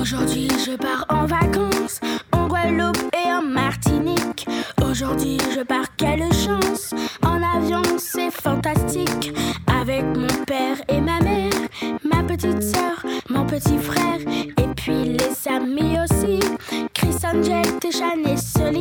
Aujourd'hui je pars en vacances, en Guadeloupe et en Martinique. Aujourd'hui je pars, quelle chance, en avion c'est fantastique. Avec mon père et ma mère, ma petite sœur, mon petit frère. Et puis les amis aussi, Chris, Angel, Téchan et Sully.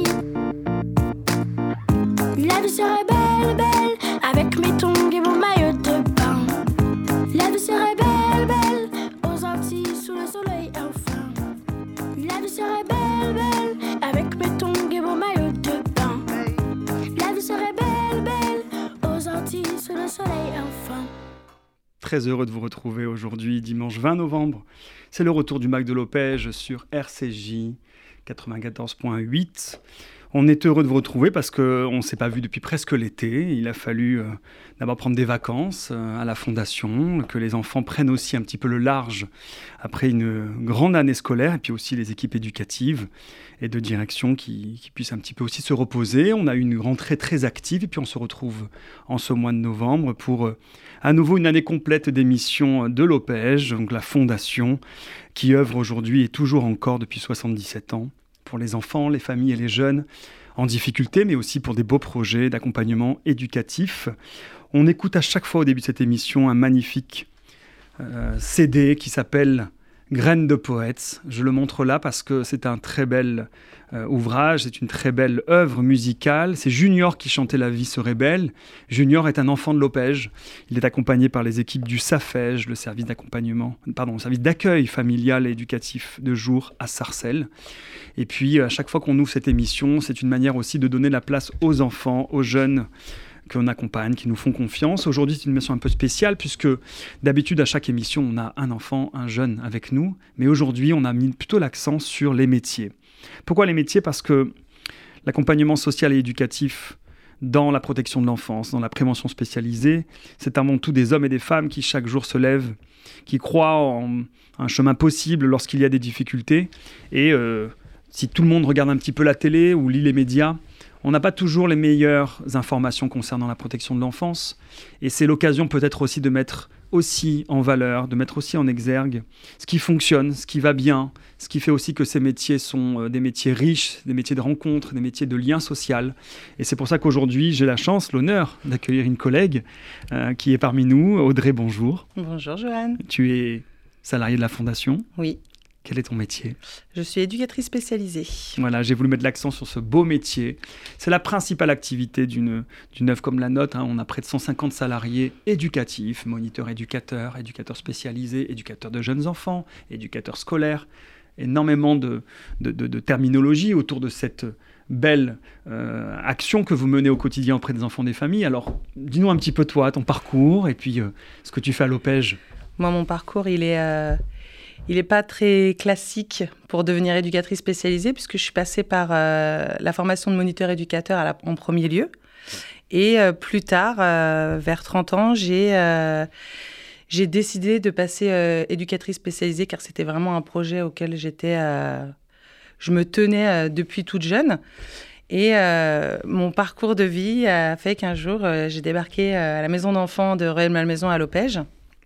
La vie serait belle, belle, avec mes tongs et mon maillot de bain. La vie serait belle, belle, aux Antilles sous le soleil enfin. La vie serait belle, belle, avec mes tongs et mon maillot de bain. La vie serait belle, belle, aux Antilles sous le soleil enfin. Très heureux de vous retrouver aujourd'hui, dimanche 20 novembre. C'est le retour du Mac de Lopège sur RCJ 94.8. On est heureux de vous retrouver parce qu'on ne s'est pas vu depuis presque l'été. Il a fallu d'abord prendre des vacances à la Fondation, que les enfants prennent aussi un petit peu le large après une grande année scolaire, et puis aussi les équipes éducatives et de direction qui puissent un petit peu aussi se reposer. On a eu une rentrée très active et puis on se retrouve en ce mois de novembre pour à nouveau une année complète d'émissions de l'Opège, donc la Fondation qui œuvre aujourd'hui et toujours encore depuis 77 ans pour les enfants, les familles et les jeunes en difficulté, mais aussi pour des beaux projets d'accompagnement éducatif. On écoute à chaque fois au début de cette émission un magnifique CD qui s'appelle Graines de poètes. Je le montre là parce que c'est un très bel ouvrage, c'est une très belle œuvre musicale. C'est Junior qui chantait La vie serait belle. Junior est un enfant de l'Opège. Il est accompagné par les équipes du SAFEJ, le service d'accueil familial et éducatif de jour à Sarcelles. Et puis à chaque fois qu'on ouvre cette émission, c'est une manière aussi de donner la place aux enfants, aux jeunes qu'on accompagne, qui nous font confiance. Aujourd'hui, c'est une émission un peu spéciale puisque d'habitude, à chaque émission, on a un enfant, un jeune avec nous. Mais aujourd'hui, on a mis plutôt l'accent sur les métiers. Pourquoi les métiers ? Parce que l'accompagnement social et éducatif dans la protection de l'enfance, dans la prévention spécialisée, c'est avant tout des hommes et des femmes qui chaque jour se lèvent, qui croient en un chemin possible lorsqu'il y a des difficultés. Et si tout le monde regarde un petit peu la télé ou lit les médias, on n'a pas toujours les meilleures informations concernant la protection de l'enfance. Et c'est l'occasion peut-être aussi de mettre aussi en valeur, de mettre aussi en exergue ce qui fonctionne, ce qui va bien, ce qui fait aussi que ces métiers sont des métiers riches, des métiers de rencontre, des métiers de lien social. Et c'est pour ça qu'aujourd'hui, j'ai la chance, l'honneur d'accueillir une collègue qui est parmi nous. Audrey, bonjour. Bonjour Joanne. Tu es salariée de la Fondation. Oui. Quel est ton métier ? Je suis éducatrice spécialisée. Voilà, j'ai voulu mettre l'accent sur ce beau métier. C'est la principale activité d'une œuvre comme la nôtre. On a près de 150 salariés éducatifs, moniteurs éducateurs, éducateurs spécialisés, éducateurs de jeunes enfants, éducateurs scolaires. Énormément de terminologie autour de cette belle action que vous menez au quotidien auprès des enfants des familles. Alors, dis-nous un petit peu toi, ton parcours et puis ce que tu fais à l'Opège. Moi, mon parcours, il est pas très classique pour devenir éducatrice spécialisée puisque je suis passée par la formation de moniteur éducateur en premier lieu. Et plus tard, vers 30 ans, j'ai décidé de passer éducatrice spécialisée car c'était vraiment un projet auquel je me tenais depuis toute jeune. Et mon parcours de vie a fait qu'un jour, j'ai débarqué à la maison d'enfants de Rueil-Malmaison à l'Opège.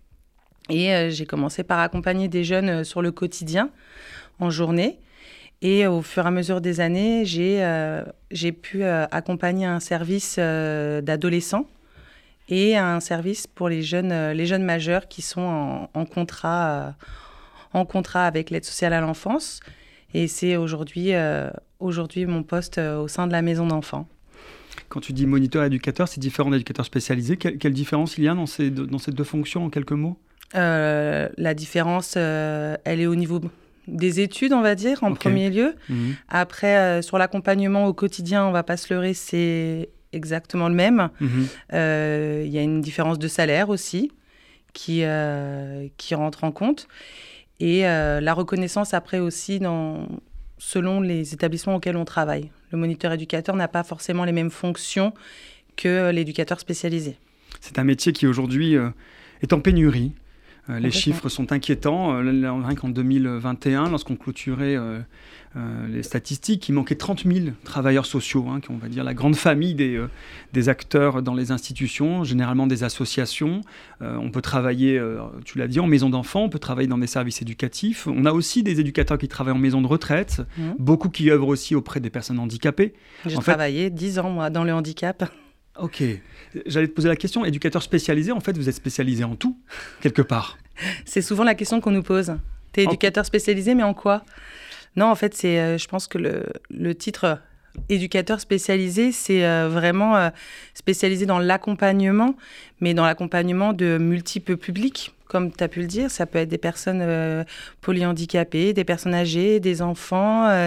Et j'ai commencé par accompagner des jeunes sur le quotidien, en journée. Et au fur et à mesure des années, j'ai pu accompagner un service d'adolescents et un service pour les jeunes majeurs qui sont en contrat avec l'aide sociale à l'enfance. Et c'est aujourd'hui mon poste au sein de la maison d'enfants. Quand tu dis moniteur éducateur, c'est différent d'éducateur spécialisé. Quelle différence il y a dans ces deux fonctions, en quelques mots ? La différence, elle est au niveau des études, on va dire, en premier lieu. Mmh. Après, sur l'accompagnement au quotidien, on va pas se leurrer, c'est exactement le même. Mmh. Y a une différence de salaire aussi qui rentre en compte. Et la reconnaissance après aussi selon les établissements auxquels on travaille. Le moniteur éducateur n'a pas forcément les mêmes fonctions que l'éducateur spécialisé. C'est un métier qui aujourd'hui est en pénurie. Les chiffres sont inquiétants. Rien qu'en 2021, lorsqu'on clôturait les statistiques, il manquait 30 000 travailleurs sociaux, qui, on va dire, la grande famille des acteurs dans les institutions, généralement des associations. On peut travailler, tu l'as dit, en maison d'enfants, on peut travailler dans des services éducatifs. On a aussi des éducateurs qui travaillent en maison de retraite, beaucoup qui œuvrent aussi auprès des personnes handicapées. J'ai travaillé 10 ans, moi, dans le handicap. Ok. J'allais te poser la question, éducateur spécialisé, en fait, vous êtes spécialisé en tout, quelque part. C'est souvent la question qu'on nous pose. T'es éducateur spécialisé, mais en quoi ? Non, en fait, je pense que le titre éducateur spécialisé, c'est vraiment spécialisé dans l'accompagnement, mais dans l'accompagnement de multiples publics, comme tu as pu le dire. Ça peut être des personnes polyhandicapées, des personnes âgées, des enfants,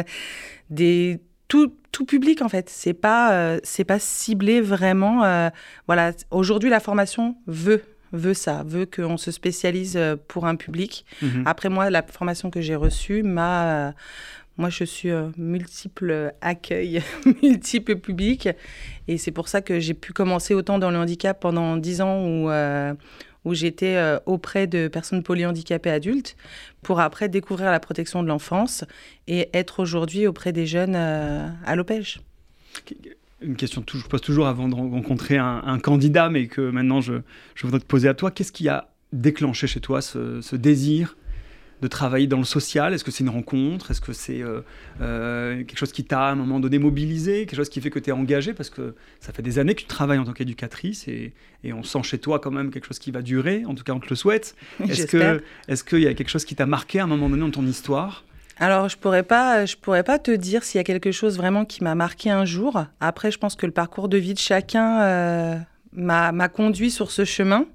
tout public, en fait. C'est pas ciblé vraiment. Voilà. Aujourd'hui, la formation veut qu'on se spécialise pour un public. Après, moi, la formation que j'ai reçue moi, je suis multiple accueil, multiple public. Et c'est pour ça que j'ai pu commencer autant dans le handicap pendant 10 ans où j'étais auprès de personnes polyhandicapées adultes pour après découvrir la protection de l'enfance et être aujourd'hui auprès des jeunes à l'OPEJ. Une question que je pose toujours avant de rencontrer un candidat, mais que maintenant je voudrais te poser à toi. Qu'est-ce qui a déclenché chez toi ce désir de travailler dans le social ? Est-ce que c'est une rencontre ? Est-ce que c'est quelque chose qui t'a à un moment donné mobilisé ? Quelque chose qui fait que tu es engagé ? Parce que ça fait des années que tu travailles en tant qu'éducatrice et on sent chez toi quand même quelque chose qui va durer. En tout cas, on te le souhaite. Est-ce qu'il y a quelque chose qui t'a marqué à un moment donné dans ton histoire ? Alors, je pourrais pas te dire s'il y a quelque chose vraiment qui m'a marqué un jour. Après, je pense que le parcours de vie de chacun m'a conduit sur ce chemin.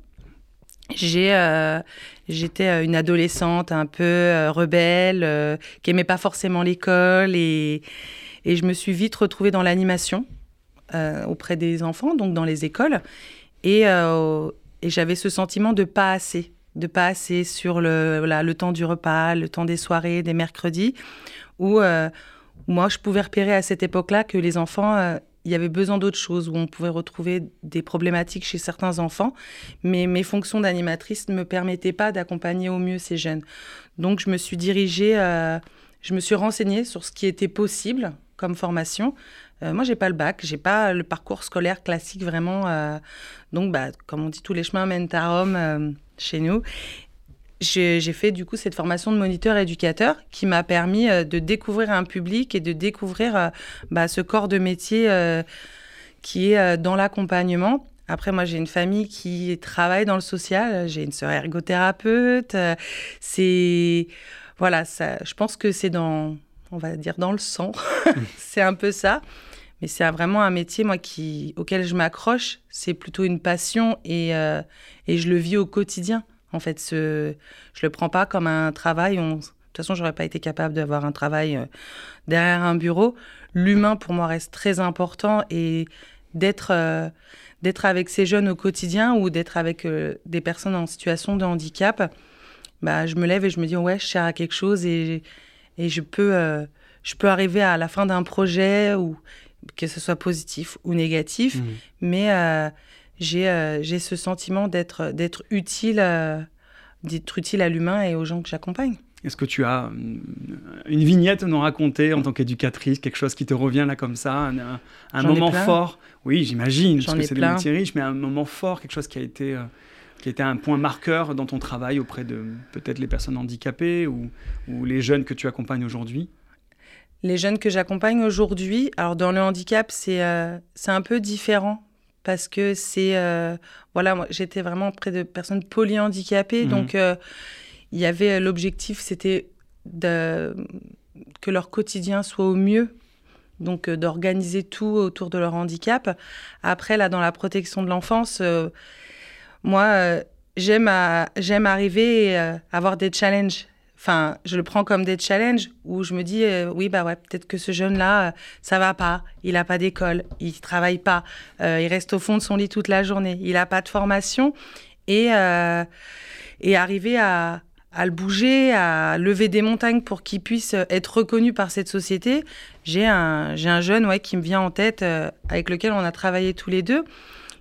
J'étais une adolescente un peu rebelle, qui aimait pas forcément l'école et je me suis vite retrouvée dans l'animation auprès des enfants, donc dans les écoles. Et j'avais ce sentiment de pas assez sur le temps du repas, le temps des soirées, des mercredis, où moi, je pouvais repérer à cette époque-là que les enfants, il y avait besoin d'autre chose, où on pouvait retrouver des problématiques chez certains enfants, mais mes fonctions d'animatrice ne me permettaient pas d'accompagner au mieux ces jeunes. Donc, je me suis renseignée sur ce qui était possible comme formation. Moi, j'ai pas le bac, j'ai pas le parcours scolaire classique vraiment. Donc, comme on dit, tous les chemins mènent à Rome chez nous. J'ai fait du coup cette formation de moniteur-éducateur qui m'a permis de découvrir un public et de découvrir ce corps de métier qui est dans l'accompagnement. Après, moi, j'ai une famille qui travaille dans le social. J'ai une sœur ergothérapeute. Voilà, ça, je pense que c'est on va dire dans le sang. C'est un peu ça. Mais c'est vraiment un métier, moi, auquel je m'accroche. C'est plutôt une passion et je le vis au quotidien. En fait, je le prends pas comme un travail. De toute façon, j'aurais pas été capable d'avoir un travail derrière un bureau. L'humain, pour moi, reste très important et d'être avec ces jeunes au quotidien ou d'être avec des personnes en situation de handicap, je me lève et je me dis ouais, je sers à quelque chose et je peux arriver à la fin d'un projet ou que ce soit positif ou négatif, mais j'ai ce sentiment d'être utile à l'humain et aux gens que j'accompagne. Est-ce que tu as une vignette à nous raconter en tant qu'éducatrice, quelque chose qui te revient là comme ça, un moment fort ? Oui, j'imagine, parce que c'est des métiers riches, mais un moment fort, quelque chose qui a été un point marqueur dans ton travail auprès de peut-être les personnes handicapées ou les jeunes que tu accompagnes aujourd'hui ? Les jeunes que j'accompagne aujourd'hui, alors dans le handicap, c'est un peu différent. Parce que moi, j'étais vraiment près de personnes polyhandicapées. Donc, il y avait l'objectif, c'était que leur quotidien soit au mieux. Donc, d'organiser tout autour de leur handicap. Après, là, dans la protection de l'enfance, moi, j'aime arriver et avoir des challenges. Enfin, je le prends comme des challenges où je me dis, peut-être que ce jeune-là, ça va pas, il a pas d'école, il travaille pas, il reste au fond de son lit toute la journée, il a pas de formation et arriver à le bouger, à lever des montagnes pour qu'il puisse être reconnu par cette société. J'ai un jeune qui me vient en tête, avec lequel on a travaillé tous les deux,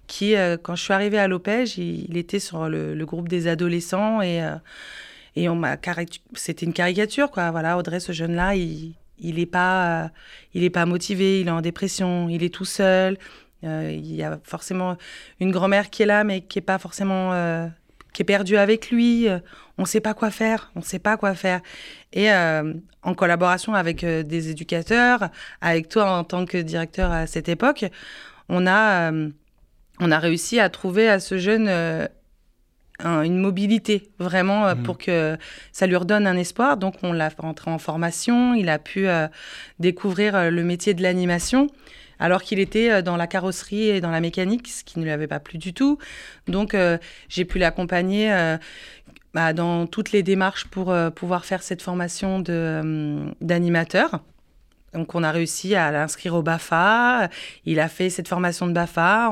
qui, quand je suis arrivée à l'Opège, il était sur le groupe des adolescents et on m'a c'était une caricature, quoi. Voilà, Audrey, ce jeune-là, il est pas motivé, il est en dépression, il est tout seul. Il y a forcément une grand-mère qui est là, mais qui est pas forcément, qui est perdue avec lui. On sait pas quoi faire, Et en collaboration avec des éducateurs, avec toi en tant que directeur à cette époque, on a réussi à trouver à ce jeune une mobilité, vraiment, pour que ça lui redonne un espoir. Donc, on l'a rentré en formation. Il a pu découvrir le métier de l'animation, alors qu'il était dans la carrosserie et dans la mécanique, ce qui ne lui avait pas plu du tout. Donc, j'ai pu l'accompagner dans toutes les démarches pour pouvoir faire cette formation d'animateur. Donc, on a réussi à l'inscrire au BAFA. Il a fait cette formation de BAFA.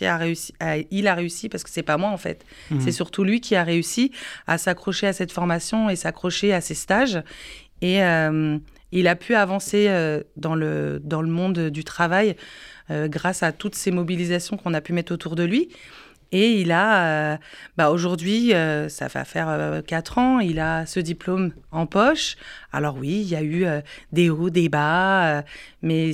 Il a réussi, parce que c'est pas moi, en fait. C'est surtout lui qui a réussi à s'accrocher à cette formation et s'accrocher à ses stages. Et il a pu avancer dans le monde du travail grâce à toutes ces mobilisations qu'on a pu mettre autour de lui. Et il a, aujourd'hui, ça va faire 4 ans, il a ce diplôme en poche. Alors oui, il y a eu des hauts, des bas, mais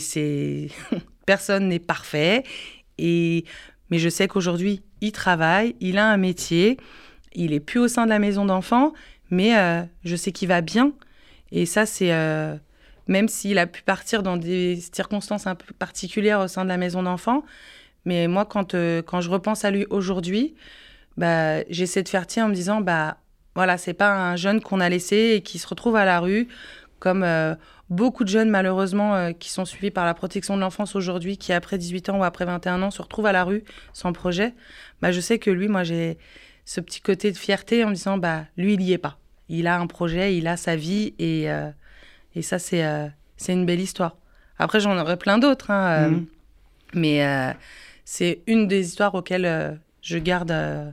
personne n'est parfait. Mais je sais qu'aujourd'hui, il travaille, il a un métier, il n'est plus au sein de la maison d'enfants, mais je sais qu'il va bien. Et ça, c'est... même s'il a pu partir dans des circonstances un peu particulières au sein de la maison d'enfants, mais moi, quand je repense à lui aujourd'hui, j'essaie de faire en me disant, voilà, c'est pas un jeune qu'on a laissé et qui se retrouve à la rue, comme beaucoup de jeunes, malheureusement, qui sont suivis par la protection de l'enfance aujourd'hui, qui, après 18 ans ou après 21 ans, se retrouvent à la rue sans projet. Je sais que lui, moi, j'ai ce petit côté de fierté en me disant, lui, il y est pas. Il a un projet, il a sa vie, et ça, c'est une belle histoire. Après, j'en aurais plein d'autres, mais... c'est une des histoires auxquelles je garde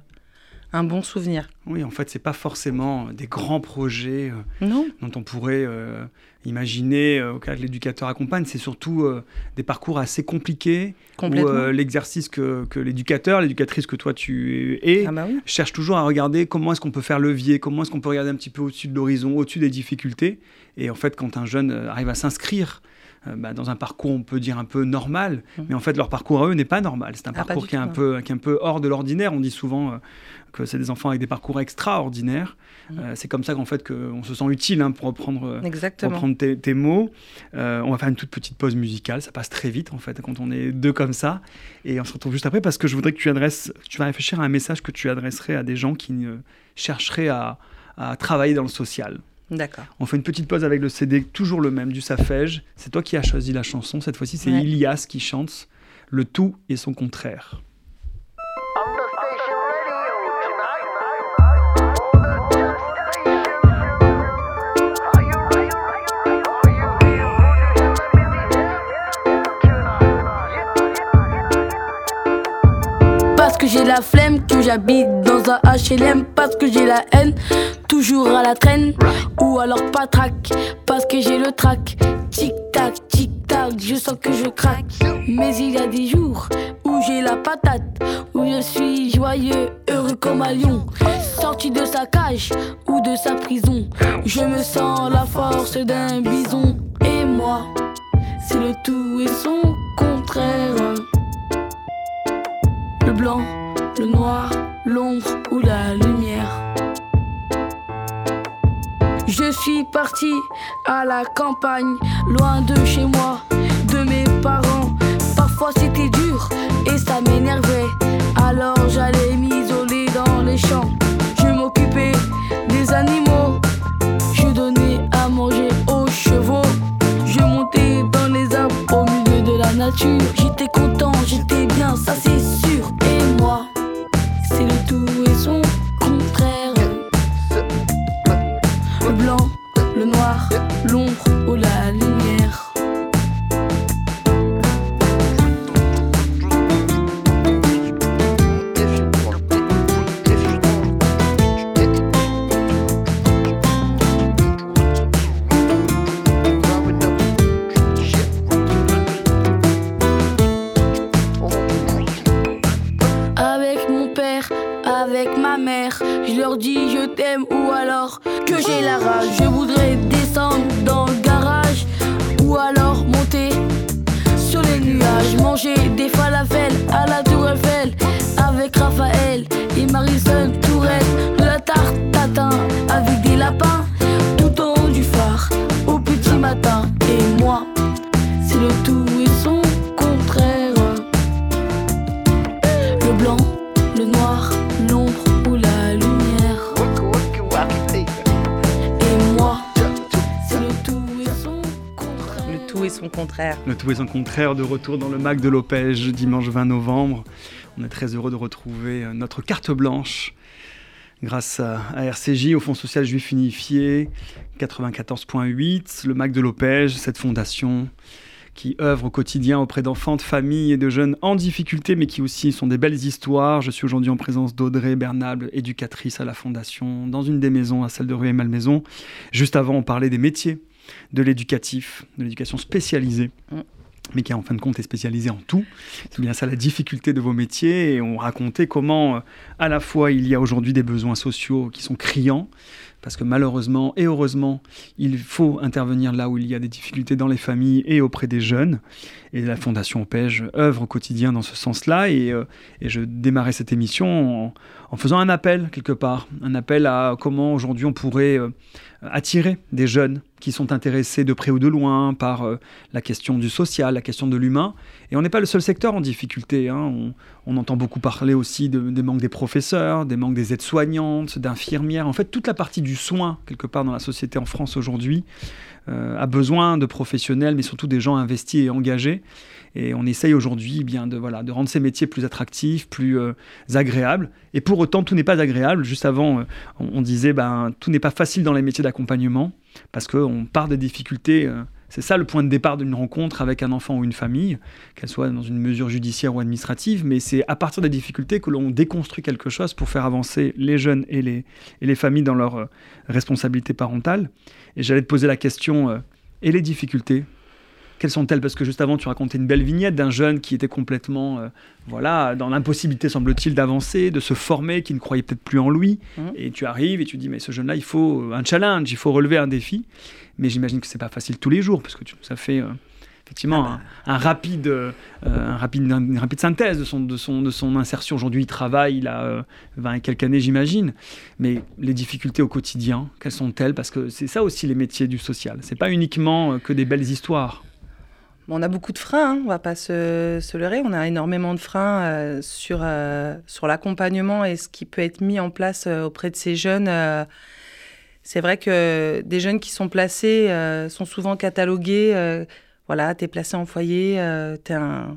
un bon souvenir. Oui, en fait, c'est pas forcément des grands projets dont on pourrait imaginer au cas que l'éducateur accompagne. C'est surtout des parcours assez compliqués où l'exercice que l'éducateur, l'éducatrice que toi tu es, cherche toujours à regarder comment est-ce qu'on peut faire levier, comment est-ce qu'on peut regarder un petit peu au-dessus de l'horizon, au-dessus des difficultés. Et en fait, quand un jeune arrive à s'inscrire dans un parcours, on peut dire un peu normal, mais en fait, leur parcours à eux n'est pas normal. C'est un parcours qui est un peu hors de l'ordinaire. On dit souvent que c'est des enfants avec des parcours extraordinaires. C'est comme ça qu'en fait, qu'on se sent utile, pour reprendre tes mots. On va faire une toute petite pause musicale. Ça passe très vite, en fait, quand on est deux comme ça. Et on se retrouve juste après, parce que je voudrais que tu vas réfléchir à un message que tu adresserais à des gens qui chercheraient à travailler dans le social. D'accord. On fait une petite pause avec le CD, toujours le même, du Safège. C'est toi qui as choisi la chanson. Cette fois-ci, c'est Ilias qui chante Le tout et son contraire. Parce que j'ai la flemme, que j'habite dans un HLM. Parce que j'ai la haine, toujours à la traîne. Ou alors patraque, parce que j'ai le trac. Tic-tac, tic-tac, je sens que je craque. Mais il y a des jours où j'ai la patate, où je suis joyeux, heureux comme un lion. Sorti de sa cage ou de sa prison, je me sens la force d'un bison. Et moi, c'est le tout et son contraire. Le blanc, le noir, l'ombre ou la lumière. Je suis parti à la campagne, loin de chez moi, de mes parents. Parfois c'était dur et ça m'énervait. Alors j'allais m'isoler dans les champs. Je m'occupais des animaux. Je donnais à manger aux chevaux. Je montais dans les arbres au milieu de la nature. J'étais content, j'étais bien, ça c'est sûr. Et moi, c'est le tout et son contraire. Le blanc, le noir, l'ombre ou la lumière. avec ma mère. Je leur dis je t'aime ou alors que j'ai la rage. Je voudrais descendre dans le garage ou alors monter sur les nuages, manger des falafels à la Tour Eiffel avec Raphaël et Marisol Tourette, de la tarte tatin avec des lapins tout en haut du phare au petit matin. Et moi, c'est le tout et son contraire. Le blanc, le noir, l'ombre ou la lumière. Et moi, c'est le tout et son contraire. Le tout et son contraire. Le tout et son contraire, de retour dans le MAC de Lopège, dimanche 20 novembre. On est très heureux de retrouver notre carte blanche grâce à RCJ, au Fonds social juif unifié, 94.8, le MAC de Lopège, cette fondation qui œuvre au quotidien auprès d'enfants, de familles et de jeunes en difficulté, mais qui aussi sont des belles histoires. Je suis aujourd'hui en présence d'Audrey Bernable, éducatrice à la fondation, dans une des maisons, à celle de Rueil-Malmaison. Juste avant, on parlait des métiers de l'éducatif, de l'éducation spécialisée, mais qui en fin de compte est spécialisée en tout. C'est bien ça la difficulté de vos métiers, et on racontait comment à la fois il y a aujourd'hui des besoins sociaux qui sont criants, parce que malheureusement et heureusement, il faut intervenir là où il y a des difficultés dans les familles et auprès des jeunes. Et la Fondation Opège œuvre au quotidien dans ce sens-là. Et je démarrais cette émission en faisant un appel, quelque part. Un appel à comment aujourd'hui on pourrait attirer des jeunes qui sont intéressés de près ou de loin par la question du social, la question de l'humain. Et on n'est pas le seul secteur en difficulté. On entend beaucoup parler aussi des manques des professeurs, des manques des aides-soignantes, d'infirmières. En fait, toute la partie du soin, quelque part dans la société en France aujourd'hui, a besoin de professionnels, mais surtout des gens investis et engagés. Et on essaye aujourd'hui de rendre ces métiers plus attractifs, plus agréables. Et pour autant, tout n'est pas agréable. Juste avant, on disait tout n'est pas facile dans les métiers d'accompagnement, parce qu'on part des difficultés. C'est ça le point de départ d'une rencontre avec un enfant ou une famille, qu'elle soit dans une mesure judiciaire ou administrative, mais c'est à partir des difficultés que l'on déconstruit quelque chose pour faire avancer les jeunes et les familles dans leur responsabilité parentale. Et j'allais te poser la question, et les difficultés, quelles sont-elles ? Parce que juste avant, tu racontais une belle vignette d'un jeune qui était complètement dans l'impossibilité, semble-t-il, d'avancer, de se former, qui ne croyait peut-être plus en lui. Et tu arrives et tu dis, mais ce jeune-là, il faut un challenge, il faut relever un défi. Mais j'imagine que ce n'est pas facile tous les jours, parce que tu nous as fait effectivement une rapide synthèse de son insertion. Aujourd'hui, il travaille, il a 20 et quelques années, j'imagine. Mais les difficultés au quotidien, quelles sont-elles ? Parce que c'est ça aussi les métiers du social. Ce n'est pas uniquement que des belles histoires. On a beaucoup de freins, on ne va pas se leurrer. On a énormément de freins sur l'accompagnement et ce qui peut être mis en place auprès de ces jeunes. C'est vrai que des jeunes qui sont placés sont souvent catalogués. T'es placé en foyer, t'es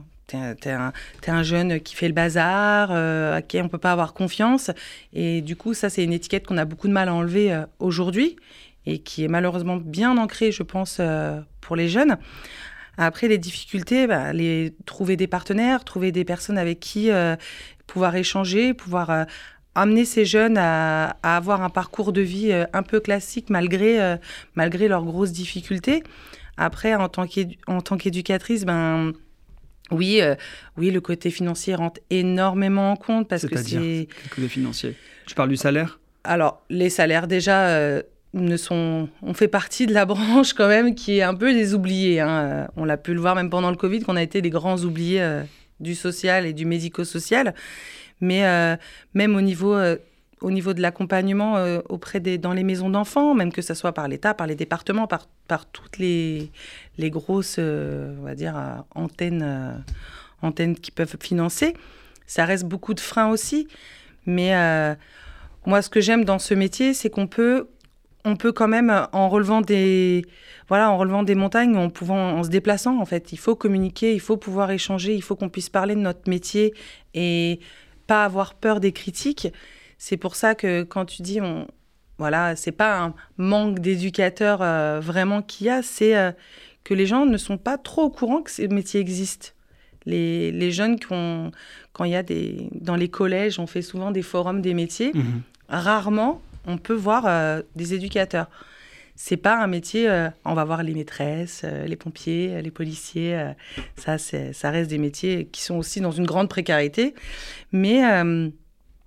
un jeune qui fait le bazar, à qui on ne peut pas avoir confiance. Et du coup, ça, c'est une étiquette qu'on a beaucoup de mal à enlever aujourd'hui et qui est malheureusement bien ancrée, je pense, pour les jeunes. Après, les difficultés, trouver des partenaires, trouver des personnes avec qui pouvoir échanger, pouvoir amener ces jeunes à avoir un parcours de vie un peu classique malgré leurs grosses difficultés. Après, en tant qu'éducatrice, oui, le côté financier rentre énormément en compte. C'est-à-dire, le côté financier. Tu parles du salaire ? Alors, les salaires, déjà... on fait partie de la branche quand même qui est un peu des oubliés. On l'a pu le voir même pendant le Covid, qu'on a été les grands oubliés du social et du médico-social. Mais même au niveau de l'accompagnement dans les maisons d'enfants, même que ce soit par l'État, par les départements, par toutes les grosses on va dire, antennes qui peuvent financer, ça reste beaucoup de freins aussi. Mais moi, ce que j'aime dans ce métier, c'est qu'on peut quand même, en relevant des montagnes, en se déplaçant, en fait. Il faut communiquer, il faut pouvoir échanger, il faut qu'on puisse parler de notre métier et pas avoir peur des critiques. C'est pour ça que quand tu dis, c'est pas un manque d'éducateurs vraiment qu'il y a, c'est que les gens ne sont pas trop au courant que ces métiers existent. Les jeunes, quand il y a dans les collèges, on fait souvent des forums des métiers, rarement on peut voir des éducateurs. C'est pas un métier... on va voir les maîtresses, les pompiers, les policiers. Ça reste des métiers qui sont aussi dans une grande précarité. Mais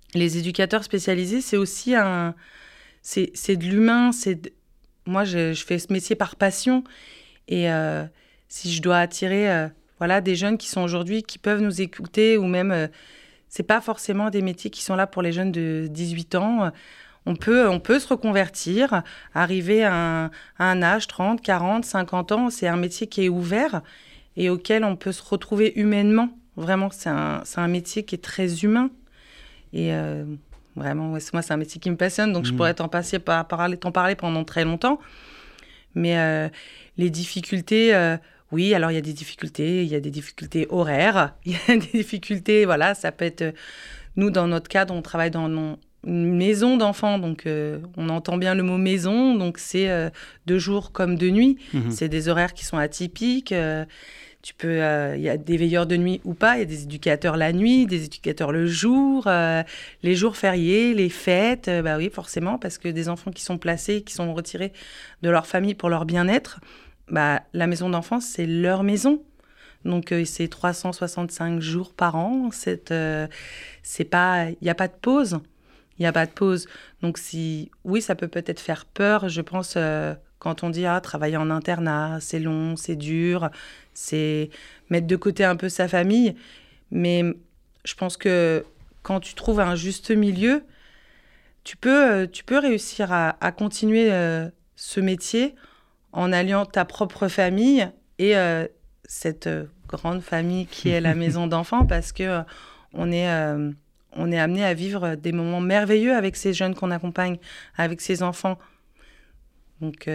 les éducateurs spécialisés, c'est aussi c'est de l'humain. Moi, je fais ce métier par passion. Et si je dois attirer des jeunes qui sont aujourd'hui, qui peuvent nous écouter, ou même, c'est pas forcément des métiers qui sont là pour les jeunes de 18 ans. On peut se reconvertir, arriver à un âge, 30, 40, 50 ans. C'est un métier qui est ouvert et auquel on peut se retrouver humainement. Vraiment, c'est un métier qui est très humain. Et vraiment, moi, c'est un métier qui me passionne, donc je pourrais t'en parler pendant très longtemps. Mais les difficultés, oui, alors il y a des difficultés horaires, il y a des difficultés, ça peut être... Nous, dans notre cadre, on travaille dans une maison d'enfants, donc on entend bien le mot maison, donc c'est de jour comme de nuit. C'est des horaires qui sont atypiques. Il y a des veilleurs de nuit ou pas, il y a des éducateurs la nuit, des éducateurs le jour, les jours fériés, les fêtes, oui, forcément, parce que des enfants qui sont placés, qui sont retirés de leur famille pour leur bien-être, la maison d'enfance, c'est leur maison. Donc, c'est 365 jours par an. Il n'y a pas de pause. Il n'y a pas de pause. Donc, oui, ça peut peut-être faire peur, je pense, quand on dit travailler en internat, c'est long, c'est dur, c'est mettre de côté un peu sa famille. Mais je pense que quand tu trouves un juste milieu, tu peux réussir à continuer ce métier en alliant ta propre famille et cette grande famille qui est la maison d'enfants, parce que on est amené à vivre des moments merveilleux avec ces jeunes qu'on accompagne, avec ces enfants. Donc,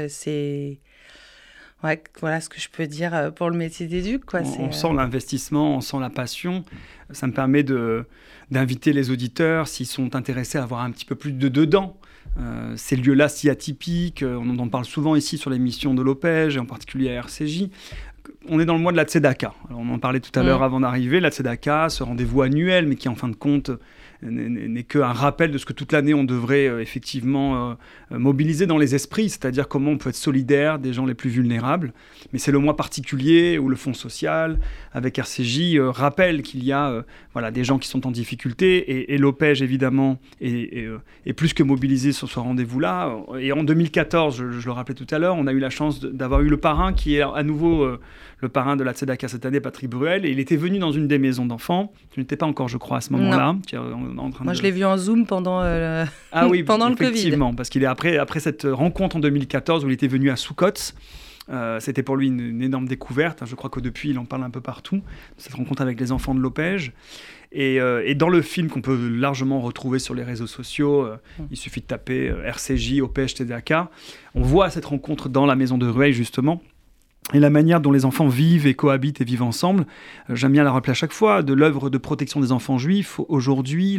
voilà ce que je peux dire pour le métier d'éduc. On sent l'investissement, on sent la passion. Ça me permet d'inviter les auditeurs, s'ils sont intéressés, à avoir un petit peu plus de dedans. Ces lieux-là si atypiques, on en parle souvent ici sur l'émission de l'Opège, et en particulier à RCJ. On est dans le mois de la Tzedaka. Alors, on en parlait tout à l'heure avant d'arriver. La Tzedaka, ce rendez-vous annuel, mais qui en fin de compte n'est qu'un rappel de ce que toute l'année on devrait effectivement mobiliser dans les esprits, c'est-à-dire comment on peut être solidaire des gens les plus vulnérables. Mais c'est le mois particulier où le Fonds social, avec RCJ, rappelle qu'il y a des gens qui sont en difficulté, et l'Opège, évidemment, est plus que mobilisé sur ce rendez-vous-là. Et en 2014, je le rappelais tout à l'heure, on a eu la chance d'avoir eu le parrain qui est à nouveau le parrain de la Tzedaka cette année, Patrick Bruel, et il était venu dans une des maisons d'enfants. Tu n'étais pas encore, je crois, à ce moment-là. Moi, je l'ai vu en Zoom pendant pendant le Covid. Effectivement, parce qu'il est après cette rencontre en 2014 où il était venu à Soukotz. C'était pour lui une énorme découverte. Je crois que depuis, il en parle un peu partout, cette rencontre avec les enfants de l'Opège. Et dans le film qu'on peut largement retrouver sur les réseaux sociaux, il suffit de taper RCJ, Opège, Tzedaka. On voit cette rencontre dans la maison de Rueil, justement. Et la manière dont les enfants vivent et cohabitent et vivent ensemble, j'aime bien la rappeler à chaque fois, de l'œuvre de protection des enfants juifs, aujourd'hui,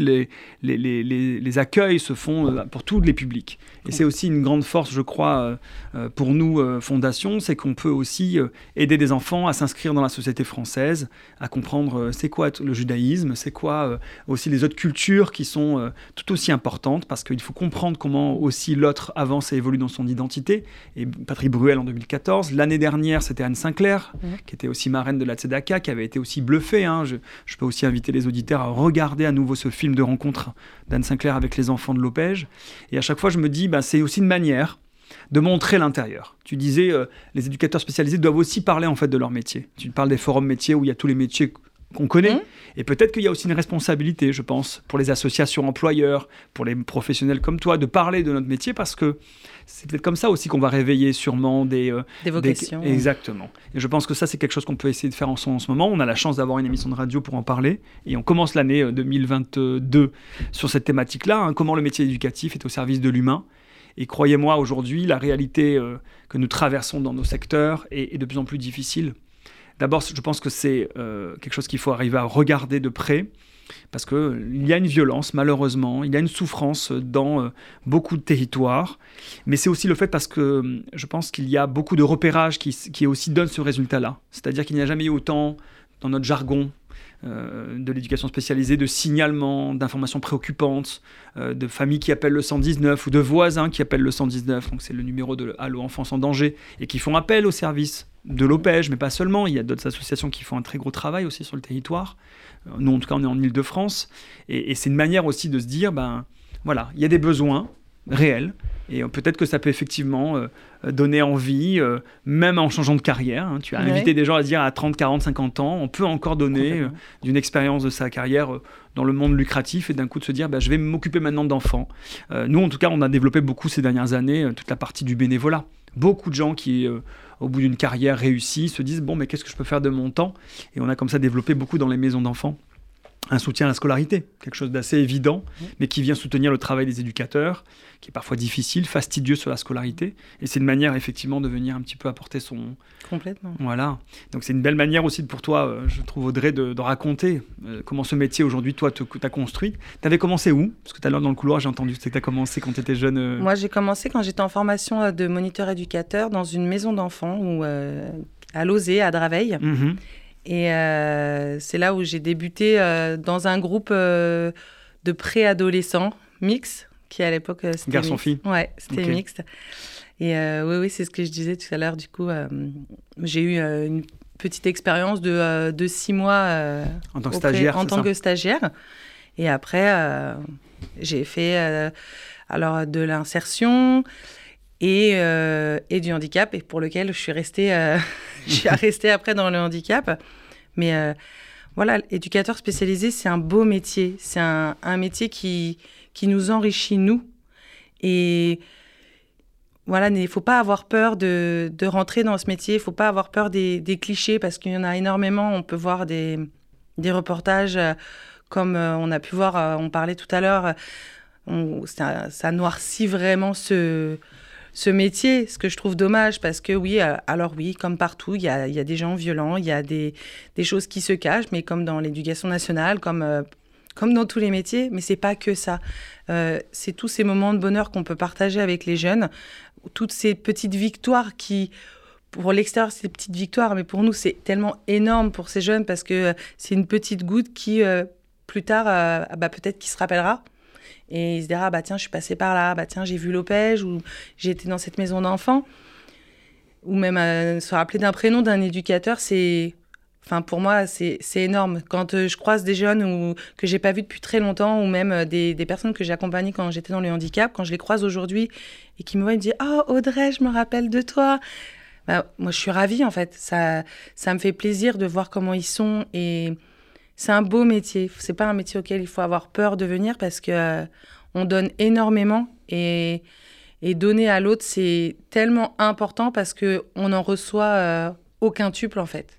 les accueils se font pour tous les publics. Et c'est aussi une grande force, je crois, pour nous, Fondation, c'est qu'on peut aussi aider des enfants à s'inscrire dans la société française, à comprendre c'est quoi le judaïsme, c'est quoi aussi les autres cultures qui sont tout aussi importantes, parce qu'il faut comprendre comment aussi l'autre avance et évolue dans son identité. Et Patrick Bruel en 2014, l'année dernière, c'était Anne Sinclair, qui était aussi marraine de la Tzedaka, qui avait été aussi bluffée. Je peux aussi inviter les auditeurs à regarder à nouveau ce film de rencontre d'Anne Sinclair avec les enfants de l'Opège. Et à chaque fois, je me dis, c'est aussi une manière de montrer l'intérieur. Tu disais, les éducateurs spécialisés doivent aussi parler en fait de leur métier. Tu parles des forums métiers où il y a tous les métiers qu'on connaît. Et peut-être qu'il y a aussi une responsabilité, je pense, pour les associations employeurs, pour les professionnels comme toi, de parler de notre métier, parce que c'est peut-être comme ça aussi qu'on va réveiller sûrement des vocations. Exactement. Et je pense que ça, c'est quelque chose qu'on peut essayer de faire en ce moment. On a la chance d'avoir une émission de radio pour en parler. Et on commence l'année 2022 sur cette thématique-là, comment le métier éducatif est au service de l'humain. Et croyez-moi, aujourd'hui, la réalité que nous traversons dans nos secteurs est de plus en plus difficile. D'abord, je pense que c'est quelque chose qu'il faut arriver à regarder de près, parce qu'il y a une violence, malheureusement, il y a une souffrance dans beaucoup de territoires, mais c'est aussi le fait parce que je pense qu'il y a beaucoup de repérages qui aussi donnent ce résultat-là. C'est-à-dire qu'il n'y a jamais eu autant, dans notre jargon, de l'éducation spécialisée, de signalements, d'informations préoccupantes, de familles qui appellent le 119 ou de voisins qui appellent le 119, donc c'est le numéro de Allo Enfance en danger, et qui font appel aux services de l'Opège, mais pas seulement. Il y a d'autres associations qui font un très gros travail aussi sur le territoire. Nous, en tout cas, on est en Île-de-France. Et c'est une manière aussi de se dire, voilà, il y a des besoins réels. Et peut-être que ça peut effectivement donner envie, même en changeant de carrière. Hein. Tu as invité des gens à se dire à 30, 40, 50 ans, on peut encore donner d'une expérience de sa carrière dans le monde lucratif et d'un coup de se dire je vais m'occuper maintenant d'enfants. Nous, en tout cas, on a développé beaucoup ces dernières années toute la partie du bénévolat. Beaucoup de gens qui, au bout d'une carrière réussie, se disent mais qu'est-ce que je peux faire de mon temps ? Et on a comme ça développé beaucoup dans les maisons d'enfants un soutien à la scolarité, quelque chose d'assez évident, mais qui vient soutenir le travail des éducateurs, qui est parfois difficile, fastidieux sur la scolarité. Et c'est une manière, effectivement, de venir un petit peu apporter son... Complètement. Voilà. Donc c'est une belle manière aussi pour toi, je trouve, Audrey, de raconter comment ce métier, aujourd'hui, toi, t'as construit. Tu avais commencé où ? Parce que tout à l'heure, dans le couloir, j'ai entendu que tu as commencé quand tu étais jeune. Moi, j'ai commencé quand j'étais en formation de moniteur éducateur dans une maison d'enfants, à Lauzé, à Draveil. Mm-hmm. Et c'est là où j'ai débuté dans un groupe de préadolescents mixtes, qui à l'époque c'était garçon-fille. Ouais, c'était mixte. Et oui, c'est ce que je disais tout à l'heure. Du coup, j'ai eu une petite expérience de 6 mois en tant que stagiaire. En tant que stagiaire. Et après, j'ai fait alors de l'insertion et du handicap, et pour lequel je suis restée après dans le handicap. Mais voilà, éducateur spécialisé, c'est un beau métier. C'est un métier qui nous enrichit, nous. Et voilà, il ne faut pas avoir peur de rentrer dans ce métier. Il ne faut pas avoir peur des clichés, parce qu'il y en a énormément. On peut voir des reportages comme on a pu voir, on parlait tout à l'heure. Ça noircit vraiment ce métier, ce que je trouve dommage, parce que oui, comme partout, il y a des gens violents, il y a des choses qui se cachent, mais comme dans l'éducation nationale, comme dans tous les métiers, mais c'est pas que ça. C'est tous ces moments de bonheur qu'on peut partager avec les jeunes, toutes ces petites victoires qui, pour l'extérieur, c'est des petites victoires, mais pour nous, c'est tellement énorme pour ces jeunes, parce que c'est une petite goutte qui, plus tard, peut-être qu'il se rappellera. Et il se dira, tiens, je suis passée par là, tiens, j'ai vu l'Opège, ou j'ai été dans cette maison d'enfants. Ou même se rappeler d'un prénom d'un éducateur, pour moi, c'est énorme. Quand je croise des jeunes que j'ai pas vus depuis très longtemps, ou même des personnes que j'ai accompagnées quand j'étais dans le handicap, quand je les croise aujourd'hui et qui me voient, ils me disent « Oh, Audrey, je me rappelle de toi !» Moi, je suis ravie, en fait. Ça me fait plaisir de voir comment ils sont, et c'est un beau métier. C'est pas un métier auquel il faut avoir peur de venir, parce que on donne énormément, et donner à l'autre, c'est tellement important, parce que on en reçoit au quintuple, en fait.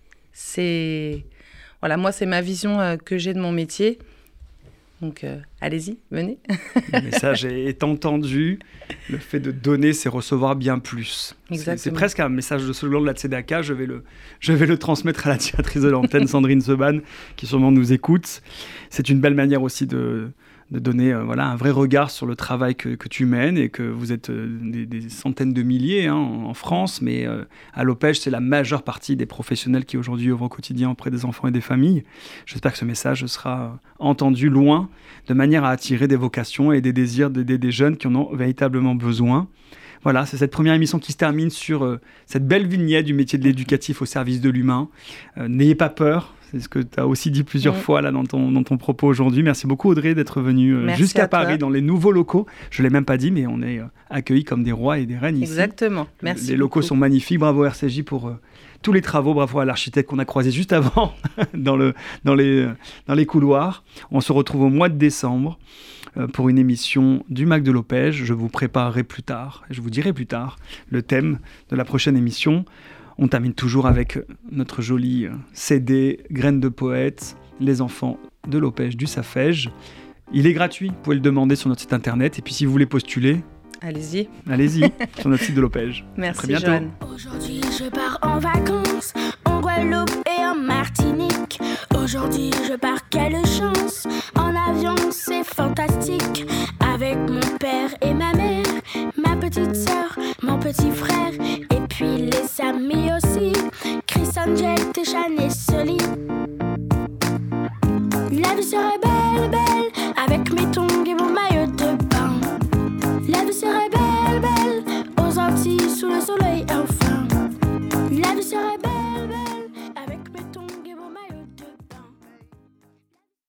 Voilà, moi, c'est ma vision que j'ai de mon métier. Donc, allez-y, venez. Le message est entendu. Le fait de donner, c'est recevoir bien plus. C'est presque un message de slogan de la Tzedaka. Je vais le transmettre à la directrice de l'antenne, Sandrine Seban, qui sûrement nous écoute. C'est une belle manière aussi de donner un vrai regard sur le travail que tu mènes, et que vous êtes des centaines de milliers en France, mais à l'Opège, c'est la majeure partie des professionnels qui aujourd'hui œuvrent au quotidien auprès des enfants et des familles. J'espère que ce message sera entendu loin, de manière à attirer des vocations et des désirs d'aider des jeunes qui en ont véritablement besoin. Voilà, c'est cette première émission qui se termine sur cette belle vignette du métier de l'éducatif au service de l'humain. N'ayez pas peur. C'est ce que tu as aussi dit plusieurs fois là, dans ton propos aujourd'hui. Merci beaucoup, Audrey, d'être venue jusqu'à Paris, dans les nouveaux locaux. Je ne l'ai même pas dit, mais on est accueillis comme des rois et des reines ici. Exactement. Merci. Les locaux sont magnifiques. Bravo RCJ pour tous les travaux. Bravo à l'architecte qu'on a croisé juste avant dans les couloirs. On se retrouve au mois de décembre pour une émission du MAC de l'Opège. Je vous préparerai plus tard, je vous dirai plus tard, le thème de la prochaine émission. On termine toujours avec notre joli CD, Graines de poète, les enfants de l'Opège du Safège. Il est gratuit, vous pouvez le demander sur notre site internet. Et puis si vous voulez postuler, allez-y sur notre site de l'Opège. Merci, à très bientôt. Joanne. Aujourd'hui je pars en vacances, en Guadeloupe et en Martinique. Aujourd'hui je pars, quelle chance, en avion c'est fantastique. Avec mon père et ma mère, ma petite sœur, mon petit frère, et puis les amis aussi, Chris, Angel, Téchan et Soli.